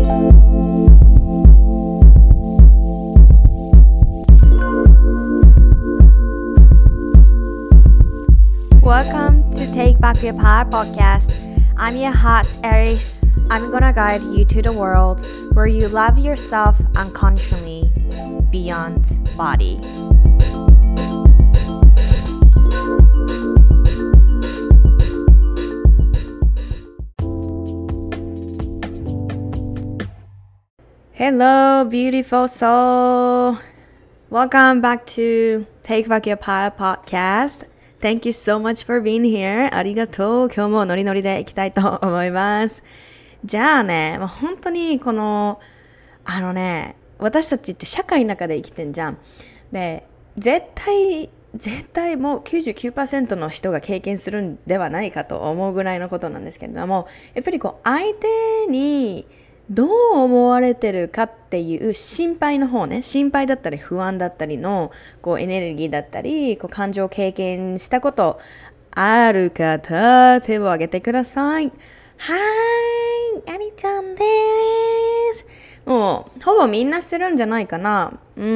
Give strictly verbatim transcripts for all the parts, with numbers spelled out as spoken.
Welcome to Take Back Your Power podcast. I'm your host, Aries. I'm gonna guide you to the world where you love yourself unconditionally beyond body. Hello, beautiful soul. Welcome back to Take Back Your Power podcast.Thank you so much for being here. ありがとう。今日もノリノリでいきたいと思います。じゃあね、もう本当にこの、あのね、私たちって社会の中で生きてんじゃん。で、絶対、絶対もう きゅうじゅうきゅうパーセント の人が経験するんではないかと思うぐらいのことなんですけれども、やっぱりこう相手にどう思われてるかっていう心配の方ね、心配だったり不安だったりのこうエネルギーだったりこう感情を経験したことある方、手を挙げてください。はーい、ありちゃんです。もうほぼみんなしてるんじゃないかな。うん。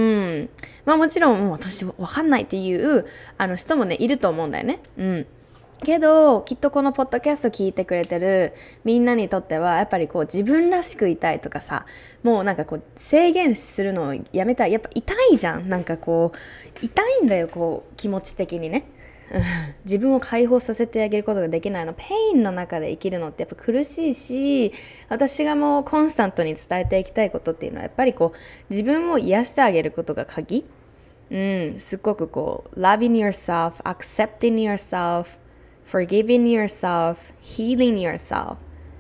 まあもちろんもう私わかんないっていうあの人もねいると思うんだよね。うん。けどきっとこのポッドキャスト聞いてくれてるみんなにとってはやっぱりこう自分らしくいたいとかさ、もうなんかこう制限するのをやめたい。やっぱ痛いじゃん。なんかこう痛いんだよ、こう気持ち的にね自分を解放させてあげることができないの。ペインの中で生きるのってやっぱ苦しいし、私がもうコンスタントに伝えていきたいことっていうのはやっぱりこう自分を癒してあげることが鍵。うん、すっごくこう loving yourself, accepting yourself,Forgiving yourself, healing yourself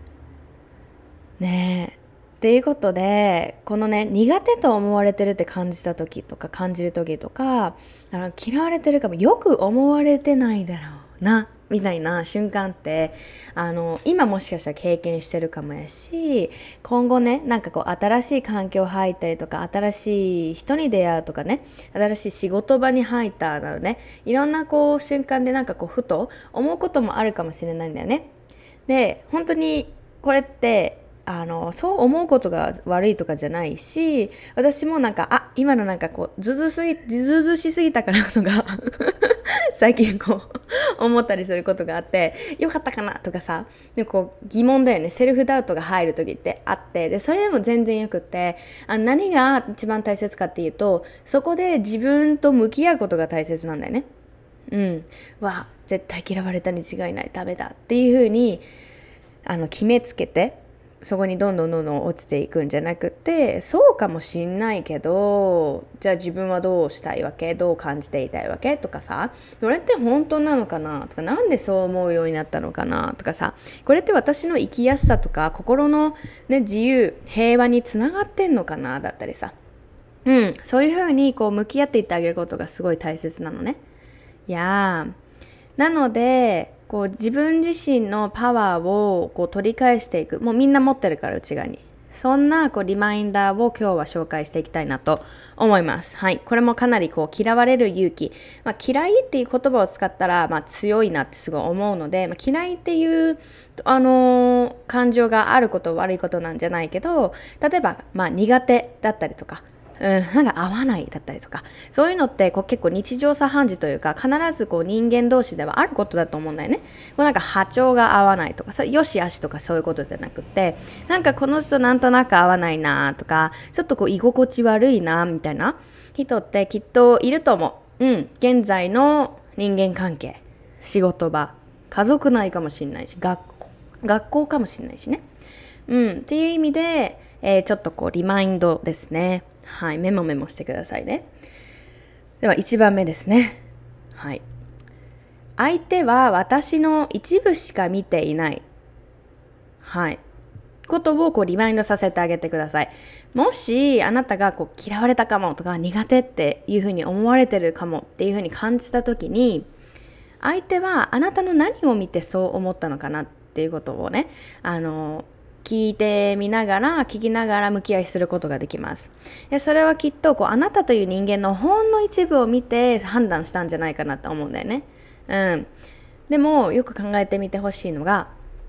ねえっていうことで、このね苦手と思われてるって感じた時とか感じる時とか、あの嫌われてるかも、よく思われてないだろうなみたいな瞬間ってあの今もしかしたら経験してるかもやし、今後ねなんかこう新しい環境入ったりとか新しい人に出会うとかね、新しい仕事場に入ったなどね、いろんなこう瞬間でなんかこうふと思うこともあるかもしれないんだよね。で本当にこれってあのそう思うことが悪いとかじゃないし、私もなんかあ今のなんかこうずずすぎずずずしすぎたかなとか最近こう思ったりすることがあって、よかったかなとかさ、でこう疑問だよね。セルフダウトが入る時ってあって、でそれでも全然よくって、あ何が一番大切かっていうと、そこで自分と向き合うことが大切なんだよね。うんわ絶対嫌われたに違いない、ダメだっていう風にあの決めつけてそこにどんどんどんどん落ちていくんじゃなくて、そうかもしんないけど、じゃあ自分はどうしたいわけ、どう感じていたいわけとかさ、これって本当なのかなとか、なんでそう思うようになったのかなとかさ、これって私の生きやすさとか心の、ね、自由平和につながってんのかなだったりさ、うん、そういうふうにこう向き合っていってあげることがすごい大切なのね。いやーなのでこう自分自身のパワーをこう取り返していく、もうみんな持ってるから内側に、そんなこうリマインダーを今日は紹介していきたいなと思います。はい、これもかなりこう嫌われる勇気、まあ、嫌いっていう言葉を使ったらまあ強いなってすごい思うので、まあ、嫌いっていうあのー、感情があること悪いことなんじゃないけど、例えばまあ苦手だったりとか、うん、なんか合わないだったりとか、そういうのってこう結構日常茶飯事というか、必ずこう人間同士ではあることだと思うんだよね。こうなんか波長が合わないとか、それよしあしとかそういうことじゃなくて、なんかこの人なんとなく合わないなとか、ちょっとこう居心地悪いなみたいな人ってきっといると思う。うん、現在の人間関係、仕事場、家族内かもしれないし、学校学校かもしれないしね。うんっていう意味で、えー、ちょっとこうリマインドですね。はい、メモメモしてくださいね。ではいちばんめですね。はい。相手は私の一部しか見ていない。はい。ことをこうリマインドさせてあげてください。もしあなたがこう嫌われたかもとか苦手っていうふうに思われてるかもっていうふうに感じたときに、相手はあなたの何を見てそう思ったのかなっていうことをね、あの聞いてみながら聞きながら向き合いすることができます。でそれはきっとこうあなたという人間のほんの一部を見て判断したんじゃないかなと思うんだよね。うん。でもよく考えてみてほしいのが、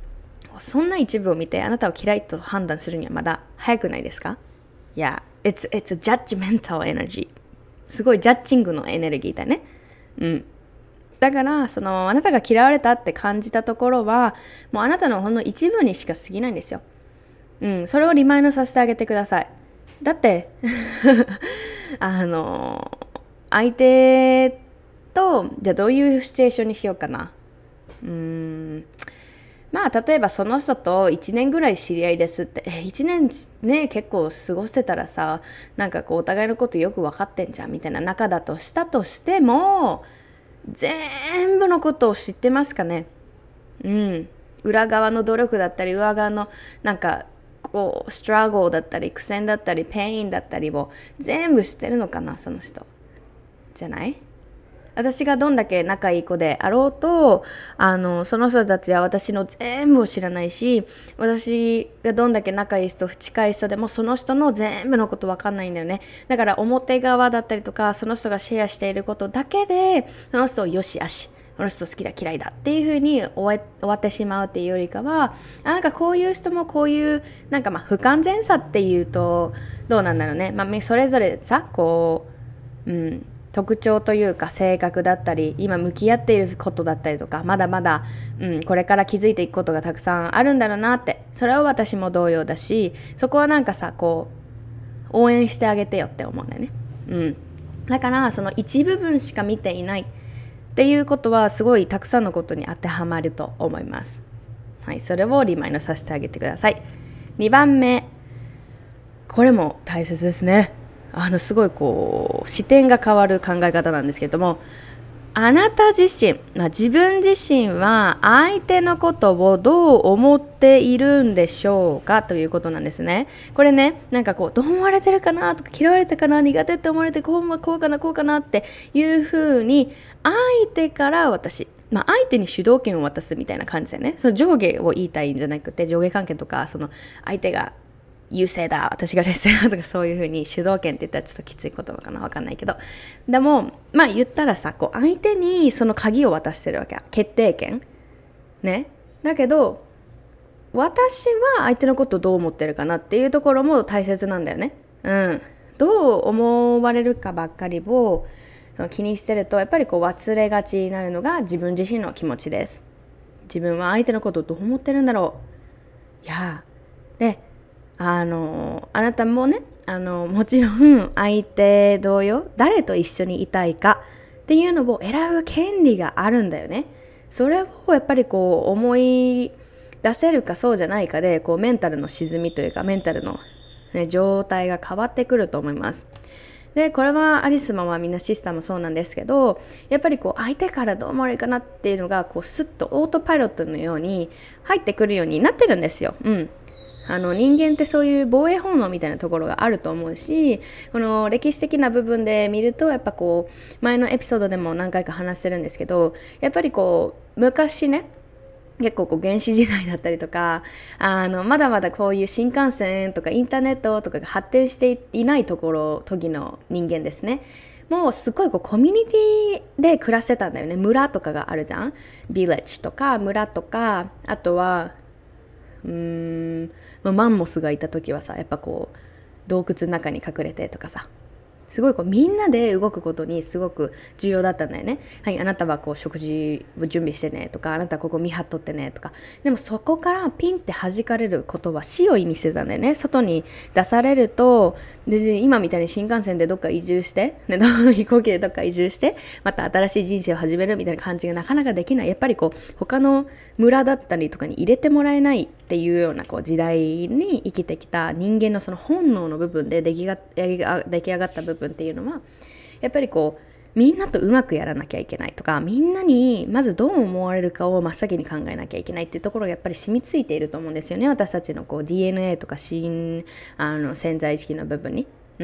そんな一部を見てあなたを嫌いと判断するにはまだ早くないですか？いや、it's, it's a judgmental energy。すごいジャッジングのエネルギーだね。うん。だからそのあなたが嫌われたって感じたところはもうあなたのほんの一部にしか過ぎないんですよ。うん、それをリマインドさせてあげてください。だってあの相手とじゃあどういうシチュエーションにしようかな。うーんまあ例えばその人といちねんぐらい知り合いですっていちねんね結構過ごしてたらさなんかこうお互いのことよく分かってんじゃんみたいな仲だとしたとしても全部のことを知ってますかね。うん裏側の努力だったり裏側のなんかこうストラゴルだったり苦戦だったりペインだったりを全部知ってるのかなその人じゃない？私がどんだけ仲いい子であろうとあのその人たちは私の全部を知らないし私がどんだけ仲いい人近い人でもその人の全部のこと分かんないんだよね。だから表側だったりとかその人がシェアしていることだけでその人をよしあしこの人好きだ嫌いだっていう風に終え終わってしまうっていうよりかはあなんかこういう人もこういうなんかまあ不完全さっていうとどうなんだろうね、まあ、それぞれさこう、うん、特徴というか性格だったり今向き合っていることだったりとかまだまだ、うん、これから気づいていくことがたくさんあるんだろうなってそれは私も同様だしそこはなんかさこう応援してあげてよって思うんだよね、うん、だからその一部分しか見ていないっていうことはすごいたくさんのことに当てはまると思います。はい、それをリマインドさせてあげてください。にばんめ、これも大切ですね。あのすごいこう視点が変わる考え方なんですけれどもあなた自身、まあ、自分自身は相手のことをどう思っているんでしょうかということなんですね。これねなんかこうどう思われてるかなとか嫌われてかな苦手って思われてこう、こうかなこうかなっていうふうに相手から私まあ、相手に主導権を渡すみたいな感じでねその上下を言いたいんじゃなくて上下関係とかその相手が優勢だ私が劣勢だとかそういう風に主導権って言ったらちょっときつい言葉かな分かんないけどでもまあ言ったらさこう相手にその鍵を渡してるわけ決定権ねだけど私は相手のことどう思ってるかなっていうところも大切なんだよね。うんどう思われるかばっかりをその気にしてるとやっぱりこう忘れがちになるのが自分自身の気持ちです。自分は相手のことをどう思ってるんだろういやであのあなたもねあのもちろん相手同様誰と一緒にいたいかっていうのを選ぶ権利があるんだよね。それをやっぱりこう思い出せるかそうじゃないかでこうメンタルの沈みというかメンタルの、ね、状態が変わってくると思います。でこれはアリスマはみんなシスターもそうなんですけどやっぱりこう相手からどう思われるかなっていうのがこうスッとオートパイロットのように入ってくるようになってるんですよ。うんあの人間ってそういう防衛本能みたいなところがあると思うしこの歴史的な部分で見るとやっぱこう前のエピソードでも何回か話してるんですけどやっぱりこう昔ね結構こう原始時代だったりとかあのまだまだこういう新幹線とかインターネットとかが発展していないところ時の人間ですねもうすごいこうコミュニティで暮らしてたんだよね。村とかがあるじゃんビレッジとか村とかあとはうーんマンモスがいた時はさやっぱこう洞窟の中に隠れてとかさすごいこうみんなで動くことにすごく重要だったんだよね。はい、あなたはこう食事を準備してねとかあなたはここ見張っとってねとかでもそこからピンって弾かれることは死を意味してたんだよね。外に出されるとで今みたいに新幹線でどっか移住して、ね、飛行機でどっか移住してまた新しい人生を始めるみたいな感じがなかなかできない。やっぱりこう他の村だったりとかに入れてもらえないっていうようなこう時代に生きてきた人間のその本能の部分で出来が出来上がった部分っていうのはやっぱりこうみんなとうまくやらなきゃいけないとかみんなにまずどう思われるかを真っ先に考えなきゃいけないっていうところがやっぱり染みついていると思うんですよね。私たちのこう ディーエヌエー とか新あの潜在意識の部分に、うん、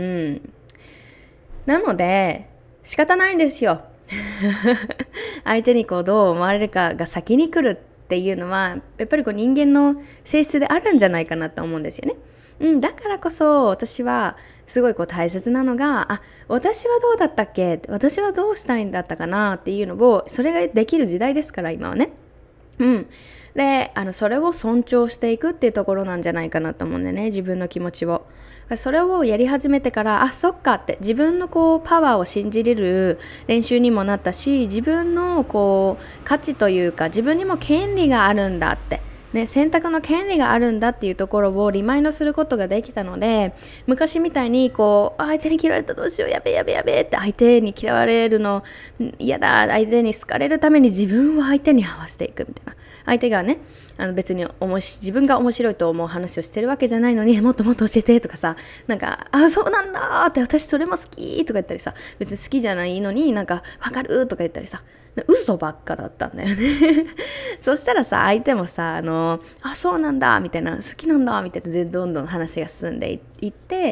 なので仕方ないんですよ相手にこうどう思われるかが先に来るっていうのはやっぱりこう人間の性質であるんじゃないかなと思うんですよね。うん、だからこそ私はすごいこう大切なのがあ私はどうだったっけ私はどうしたいんだったかなっていうのをそれができる時代ですから今はね。うんで、あのそれを尊重していくっていうところなんじゃないかなと思うんだよね、自分の気持ちを。それをやり始めてから、あ、そっかって自分のこうパワーを信じれる練習にもなったし、自分のこう価値というか自分にも権利があるんだって、ね、選択の権利があるんだっていうところをリマインドすることができたので、昔みたいにこう相手に嫌われたどうしよう、やべやべやべって相手に嫌われるの嫌だ、相手に好かれるために自分を相手に合わせていくみたいな、相手がね、あの別におもし自分が面白いと思う話をしてるわけじゃないのに、もっともっと教えてとかさ、なんかあそうなんだって、私それも好きとか言ったりさ、別に好きじゃないのになんかわかるとか言ったりさ、嘘ばっかだったんだよねそしたらさ、相手もさ、あのあそうなんだみたいな、好きなんだみたいな、でどんどん話が進んでいって、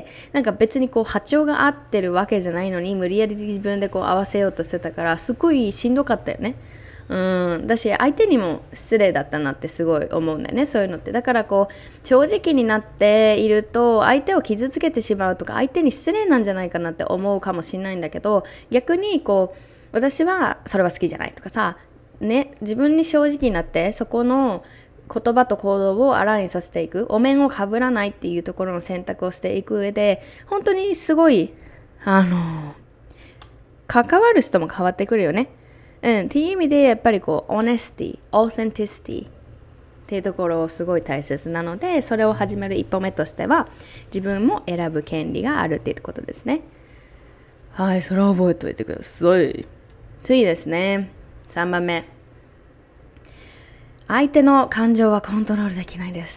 なんか別にこう波長が合ってるわけじゃないのに無理やり自分でこう合わせようとしてたから、すごいしんどかったよね。うんだし、相手にも失礼だったなってすごい思うんだよね、そういうのって。だからこう正直になっていると相手を傷つけてしまうとか、相手に失礼なんじゃないかなって思うかもしれないんだけど、逆にこう私はそれは好きじゃないとかさ、ね、自分に正直になってそこの言葉と行動をアラインさせていく、お面をかぶらないっていうところの選択をしていく上で、本当にすごいあの関わる人も変わってくるよね。うん、っていう意味でやっぱりこう honesty, authenticity っていうところをすごい大切なので、それを始める一歩目としては自分も選ぶ権利があるっていうことですね。はい、それを覚えておいてください。次ですね、さんばんめ、相手の感情はコントロールできないです。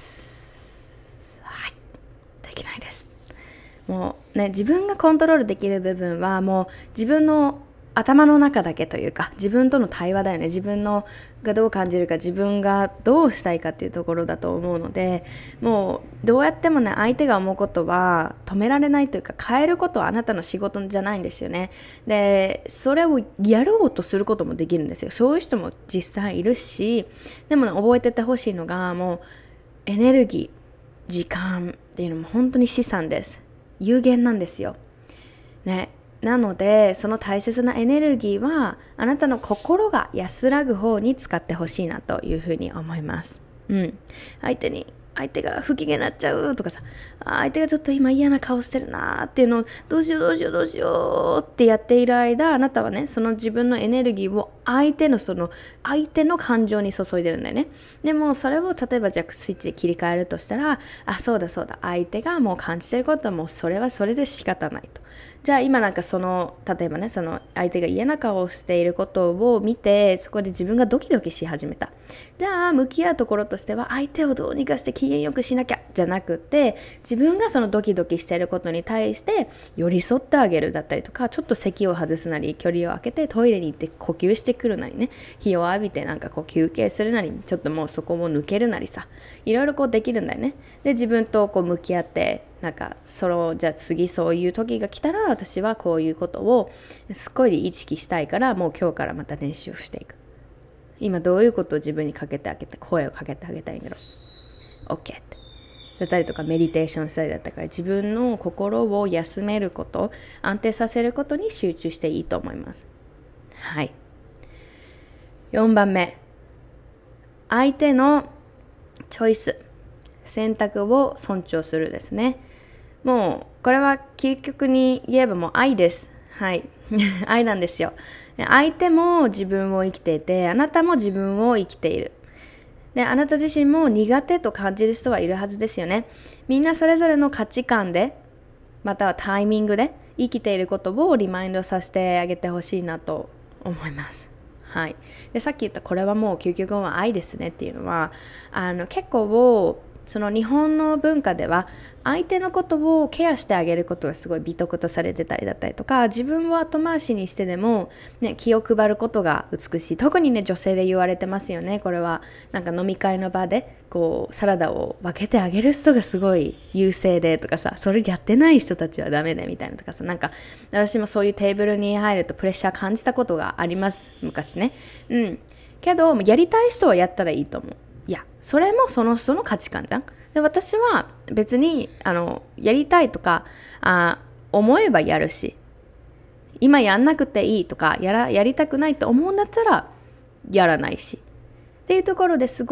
はい、できないです。もうね、自分がコントロールできる部分はもう自分の頭の中だけというか、自分との対話だよね。自分のがどう感じるか、自分がどうしたいかっていうところだと思うので、もうどうやってもね、相手が思うことは止められないというか、変えることはあなたの仕事じゃないんですよね。でそれをやろうとすることもできるんですよ。そういう人も実際いるし、でもね、覚えててほしいのが、もうエネルギー、時間っていうのも本当に資産です。有限なんですよね。なのでその大切なエネルギーはあなたの心が安らぐ方に使ってほしいなというふうに思います。うん、相手に相手が不機嫌になっちゃうとかさ、相手がちょっと今嫌な顔してるなっていうのを、どうしようどうしようどうしようってやっている間、あなたはね、その自分のエネルギーを相手のその相手の感情に注いでるんだよね。でもそれを例えばじゃあスイッチで切り替えるとしたら、あ、そうだそうだ、相手がもう感じてることはもうそれはそれで仕方ないと。じゃあ今なんかその例えばね、その相手が嫌な顔をしていることを見て、そこで自分がドキドキし始めた。じゃあ向き合うところとしては、相手をどうにかして機嫌よくしなきゃじゃなくて、自分がそのドキドキしていることに対して寄り添ってあげるだったりとか、ちょっと席を外すなり、距離を空けてトイレに行って呼吸してくるなりね、日を浴びてなんかこう休憩するなり、ちょっともうそこも抜けるなりさ、いろいろこうできるんだよね。で自分とこう向き合って、なんかそのじゃあ次そういう時が来たら、私はこういうことをすっごい意識したいから、もう今日からまた練習をしていく。今どういうことを自分にかけてあげて、声をかけてあげたいんだろう OK ってだったりとか、メディテーションしたりだったから、自分の心を休めること、安定させることに集中していいと思います。はい。よんばんめ、相手のチョイス、選択を尊重するですね。もうこれは究極に言えばもう愛です。はい愛なんですよ。相手も自分を生きていて、あなたも自分を生きている。であなた自身も苦手と感じる人はいるはずですよね。みんなそれぞれの価値観で、またはタイミングで生きていることをリマインドさせてあげてほしいなと思います。はい、でさっき言ったこれはもう究極は愛ですねっていうのは、あの結構その日本の文化では相手のことをケアしてあげることがすごい美徳とされてたりだったりとか、自分を後回しにしてでも、ね、気を配ることが美しい。特にね、女性で言われてますよね。これはなんか飲み会の場でこうサラダを分けてあげる人がすごい優勢でとかさ、それやってない人たちはダメでみたいなとかさ、なんか私もそういうテーブルに入るとプレッシャー感じたことがあります、昔ね。うんけどやりたい人はやったらいいと思う。いやそれもその人の価値観じゃん。で私は別にあのやりたいとかあ思えばやるし、今やんなくていいとかやらやりたくないと思うんだったらやらないしっていうところですごいこう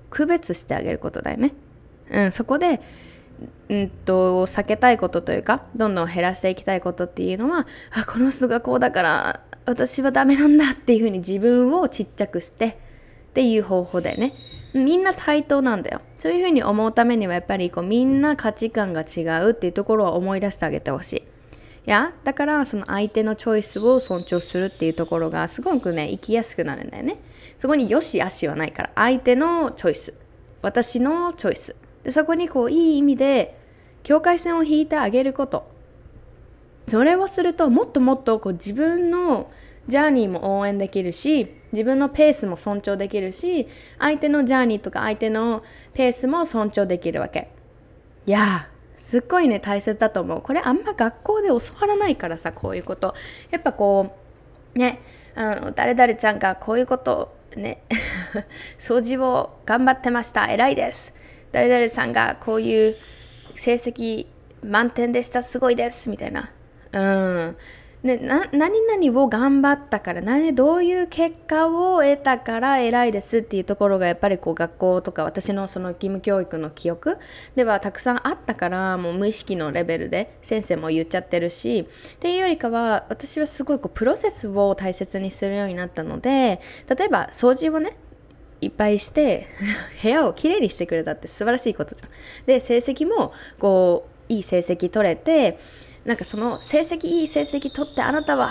区別してあげることだよね。うん、そこでうんと避けたいことというか、どんどん減らしていきたいことっていうのは、あ、この人がこうだから私はダメなんだっていうふうに自分をちっちゃくしてっていう方法だよね。みんな対等なんだよ。そういうふうに思うためにはやっぱりこうみんな価値観が違うっていうところを思い出してあげてほしい。いやだからその相手のチョイスを尊重するっていうところがすごくね生きやすくなるんだよね。そこによし悪しはないから、相手のチョイス、私のチョイスで、そこにこういい意味で境界線を引いてあげること、それをするともっともっとこう自分のジャーニーも応援できるし、自分のペースも尊重できるし、相手のジャーニーとか相手のペースも尊重できるわけ。いやーすっごいね大切だと思う。これあんま学校で教わらないからさ、こういうことやっぱこうね、あの誰々ちゃんがこういうことね掃除を頑張ってました、偉いです、誰々さんがこういう成績満点でした、すごいですみたいな、うんね、な何々を頑張ったから、何どういう結果を得たから偉いですっていうところがやっぱりこう学校とか私のその義務教育の記憶ではたくさんあったから、もう無意識のレベルで先生も言っちゃってるしっていうよりかは、私はすごいこうプロセスを大切にするようになったので、例えば掃除をねいっぱいして部屋をきれいにしてくれたって素晴らしいことじゃん。で成績もこういい成績取れて、なんかその成績いい成績取ってあなたは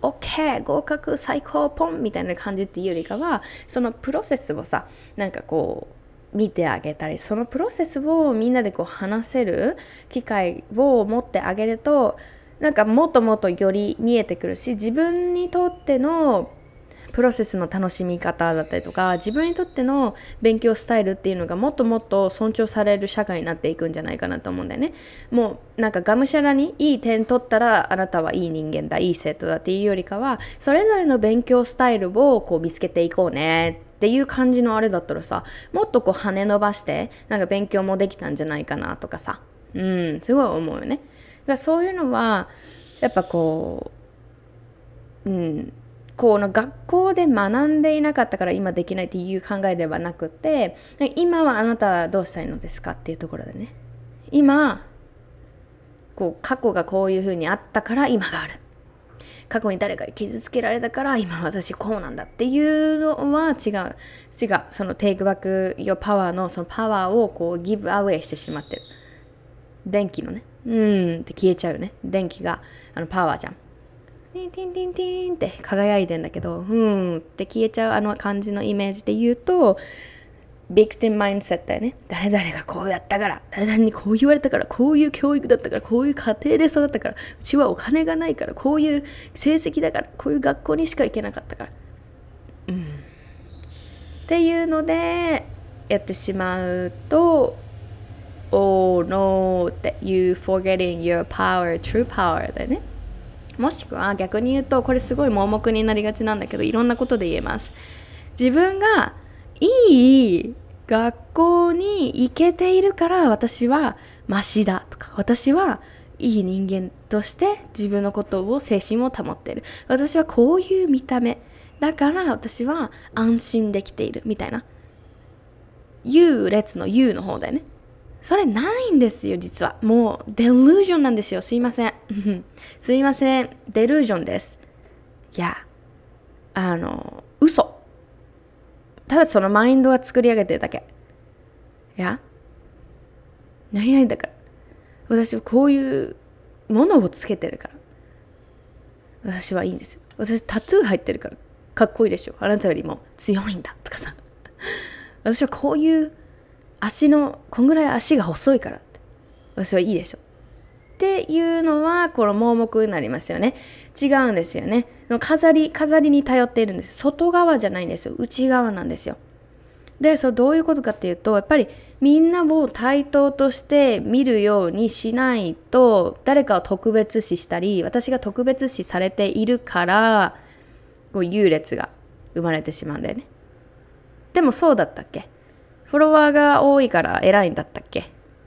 OK 合格最高ポンみたいな感じっていうよりかは、そのプロセスをさなんかこう見てあげたり、そのプロセスをみんなでこう話せる機会を持ってあげると、なんかもっともっとより見えてくるし、自分にとってのプロセスの楽しみ方だったりとか、自分にとっての勉強スタイルっていうのがもっともっと尊重される社会になっていくんじゃないかなと思うんだよね。もうなんかがむしゃらにいい点取ったらあなたはいい人間だ、いい生徒だっていうよりかは、それぞれの勉強スタイルをこう見つけていこうねっていう感じのあれだったらさ、もっとこう跳ね伸ばしてなんか勉強もできたんじゃないかなとかさ、うんすごい思うよね。だからそういうのはやっぱこううんこの学校で学んでいなかったから今できないっていう考えではなくて、今はあなたはどうしたいのですかっていうところでね、今こう過去がこういう風にあったから今がある、過去に誰かに傷つけられたから今私こうなんだっていうのは違う違うそのテイクバックヨパワーのそのパワーをこうギブアウェイしてしまってる。電気のねうんって消えちゃうよね。電気があのパワーじゃん。ティンティンティンティンって輝いてんだけど、うんって消えちゃうあの感じのイメージで言うと、ビクティブマインドセットだよね。誰々がこうやったから、誰々にこう言われたから、こういう教育だったから、こういう家庭で育ったから、うちはお金がないから、こういう成績だから、こういう学校にしか行けなかったから、うん、っていうのでやってしまうと、Oh no って You forgetting your power, true power だよね。もしくは逆に言うと、これすごい盲目になりがちなんだけど、いろんなことで言えます。自分がいい学校に行けているから私はマシだとか、私はいい人間として自分のことを精神を保っている、私はこういう見た目だから私は安心できているみたいな優劣の優の方だよね。それないんですよ、実は。もうデルージョンなんですよ。すいませんすいませんデルージョンです。いやあの嘘、ただそのマインドが作り上げてるだけ。いや何々だから、私はこういうものをつけてるから私はいいんですよ、私タトゥー入ってるからかっこいいでしょ、あなたよりも強いんだとかさ、私はこういう足のこんぐらい足が細いからって私はいいでしょっていうのは、この盲目になりますよね。違うんですよね。飾り飾りに頼っているんです。外側じゃないんですよ、内側なんですよ。で、そうどういうことかっていうと、やっぱりみんなを対等として見るようにしないと、誰かを特別視したり、私が特別視されているからこう優劣が生まれてしまうんだよね。でもそうだったっけ？フォロワーが多いから偉いんだったっけ？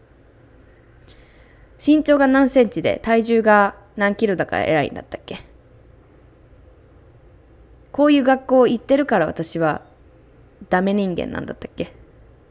身長が何センチで体重が何キロだから偉いんだったっけ？こういう学校行ってるから私はダメ人間なんだったっけ？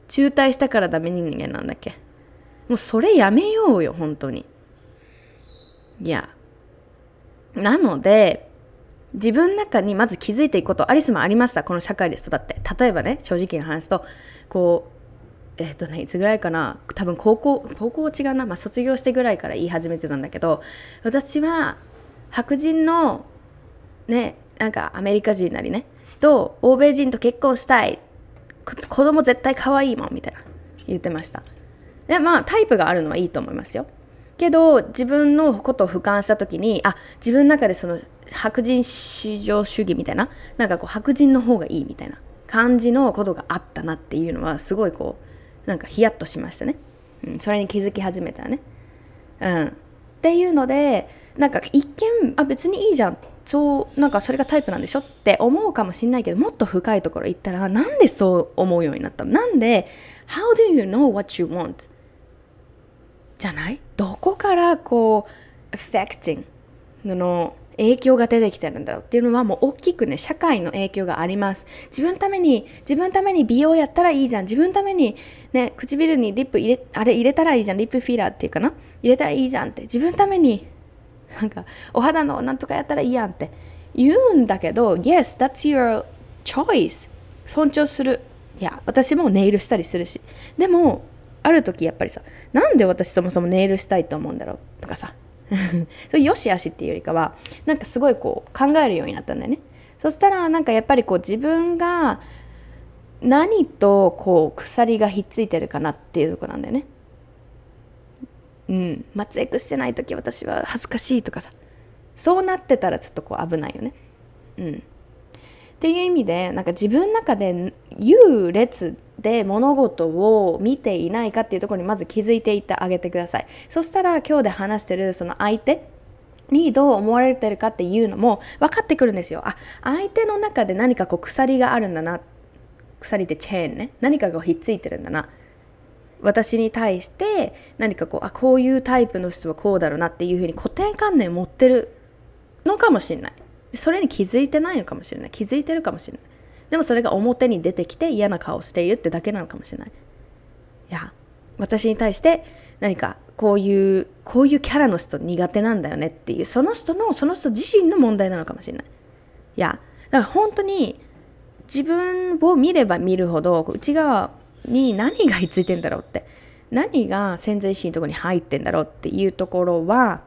中退したからダメ人間なんだっけ。もうそれやめようよ本当に。いやなので自分の中にまず気づいていくこと、アリスもありました。この社会で育って、例えばね、正直な話とこうえっ、ー、とねいつぐらいかな、多分高校高校は違うな、まあ卒業してぐらいから言い始めてたんだけど、私は白人のね、なんかアメリカ人なりねと欧米人と結婚したい、子供絶対可愛いもんみたいな言ってました。でまあタイプがあるのはいいと思いますよ。けど自分のことを俯瞰した時に、あ、自分の中でその白人至上主義みたいな、なんかこう白人の方がいいみたいな感じのことがあったなっていうのはすごいこうなんかヒヤッとしましたね、うん、それに気づき始めたらね、うん、っていうのでなんか一見あ別にいいじゃん、そうなんかそれがタイプなんでしょって思うかもしれないけど、もっと深いところ行ったらなんでそう思うようになったの、なんで How do you know what you wantじゃない、どこからこう affecting の影響が出てきてるんだろうっていうのはもう大きくね社会の影響があります。自分のために自分のために美容やったらいいじゃん、自分のためにね唇にリップ入れあれ入れたらいいじゃん、リップフィラーっていうかな、入れたらいいじゃんって、自分のためになんかお肌のなんとかやったらいいやんって言うんだけど、 Yes, that's your choice、 尊重する。いや私もネイルしたりするし、でもある時やっぱりさ、なんで私そもそもネイルしたいと思うんだろうとかさそれよしあしっていうよりかはなんかすごいこう考えるようになったんだよね。そしたらなんかやっぱりこう自分が何とこう鎖がひっついてるかなっていうところなんだよね。うん、松エクしてない時私は恥ずかしいとかさ、そうなってたらちょっとこう危ないよね。うんっていう意味でなんか自分の中で優劣で物事を見ていないかっていうところにまず気づいていってあげてください。そしたら今日で話してるその相手にどう思われてるかっていうのも分かってくるんですよ。あ、相手の中で何かこう鎖があるんだな、鎖ってチェーンね、何かがひっついてるんだな、私に対して何かこうあこういうタイプの人はこうだろうなっていうふうに固定観念を持ってるのかもしれない。それに気づいてないのかもしれない、気づいてるかもしれない。でもそれが表に出てきて嫌な顔をしているってだけなのかもしれない。いや私に対して何かこういうこういうキャラの人苦手なんだよねっていうその人のその人自身の問題なのかもしれない。いやだから本当に自分を見れば見るほど内側に何がひっついてんだろうって、何が潜在意識のところに入ってんだろうっていうところは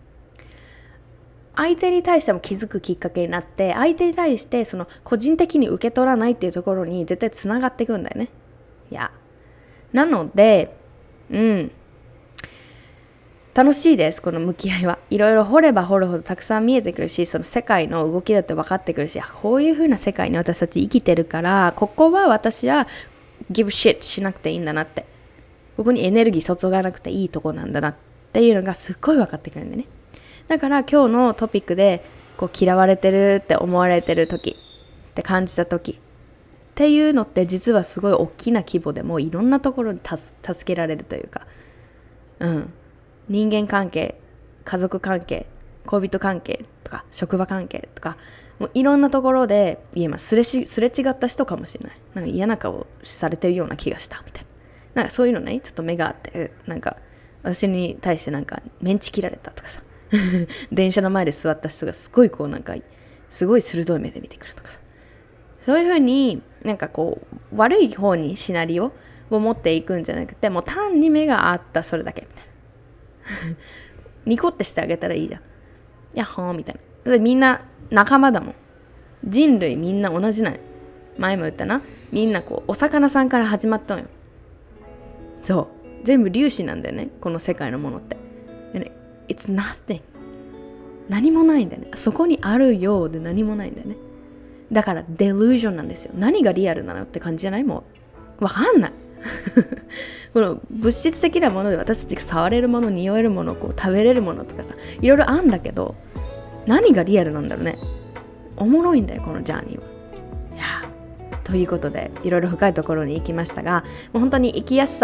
相手に対しても気づくきっかけになって、相手に対してその個人的に受け取らないっていうところに絶対つながっていくんだよね。いやなのでうん楽しいです、この向き合いは。いろいろ掘れば掘るほどたくさん見えてくるし、その世界の動きだって分かってくるし、こういう風な世界に私たち生きてるから、ここは私はgive shit しなくていいんだなって、ここにエネルギー注がなくていいとこなんだなっていうのがすっごい分かってくるんでね。だから今日のトピックでこう嫌われてるって思われてる時って感じた時っていうのって実はすごい大きな規模でもいろんなところに助けられるというか、うん人間関係、家族関係、恋人関係とか職場関係とかもういろんなところでいや、まあ、すれしすれ違った人かもしれない、なんか嫌な顔されてるような気がしたみたいな、なんかそういうのねちょっと目があって、なんか私に対してなんかメンチ切られたとかさ電車の前で座った人がすごいこうなんかすごい鋭い目で見てくるとかさ、そういう風になんかこう悪い方にシナリオを持っていくんじゃなくて、もう単に目があったそれだけみたいなニコってしてあげたらいいじゃん、やっほーみたいな。でみんな仲間だもん、人類みんな同じなんよ。前も言ったな、みんなこうお魚さんから始まったのよ。そう全部粒子なんだよね、この世界のものって。It's nothing。 何もないんだよね。そこにあるようで何もないんだよね。だから delusion なんですよ。何がリアルなのって感じじゃない？もうわかんないこの物質的なもので私たちが触れるもの、匂えるもの、こう食べれるものとかさ、いろいろあんだけど何がリアルなんだろうね。おもろいんだよこのジャーニーは。いやということでいろいろ深いところに行きましたが、もう本当に生きやすさ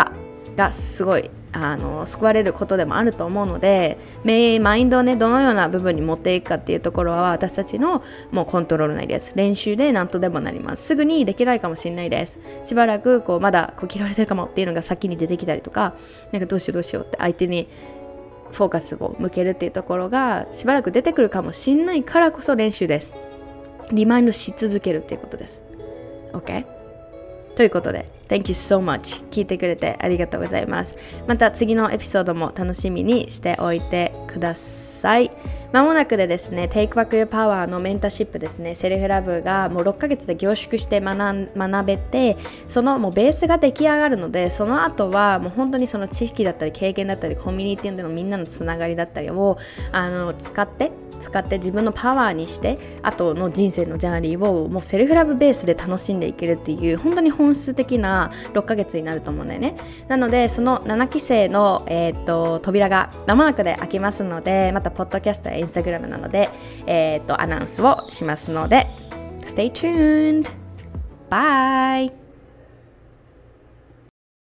がすごいあの救われることでもあると思うので、マインドをねどのような部分に持っていくかっていうところは私たちのもうコントロール内です。練習で何とでもなります。すぐにできないかもしれないです。しばらくこうまだこう嫌われてるかもっていうのが先に出てきたりとか、なんかどうしようどうしようって相手にフォーカスを向けるっていうところがしばらく出てくるかもしれないからこそ練習です。リマインドし続けるっていうことです。 OK？ ということで Thank you so much 聞いてくれてありがとうございます。また次のエピソードも楽しみにしておいてください。まもなくでですね Take Back Your Power のメンターシップですね、セルフラブがもうろっかげつで凝縮して学ん学べて、そのもうベースが出来上がるので、その後はもう本当にその知識だったり経験だったりコミュニティでのみんなのつながりだったりをあの使って使って自分のパワーにして、後の人生のジャーニーをもうセルフラブベースで楽しんでいけるっていう本当に本質的なろっかげつになると思うんだよね。なのでそのななきせいの、えー、と扉が間もなくで開きますので、またポッドキャストやインスタグラムなので、えー、とアナウンスをしますので Stay tuned! Bye!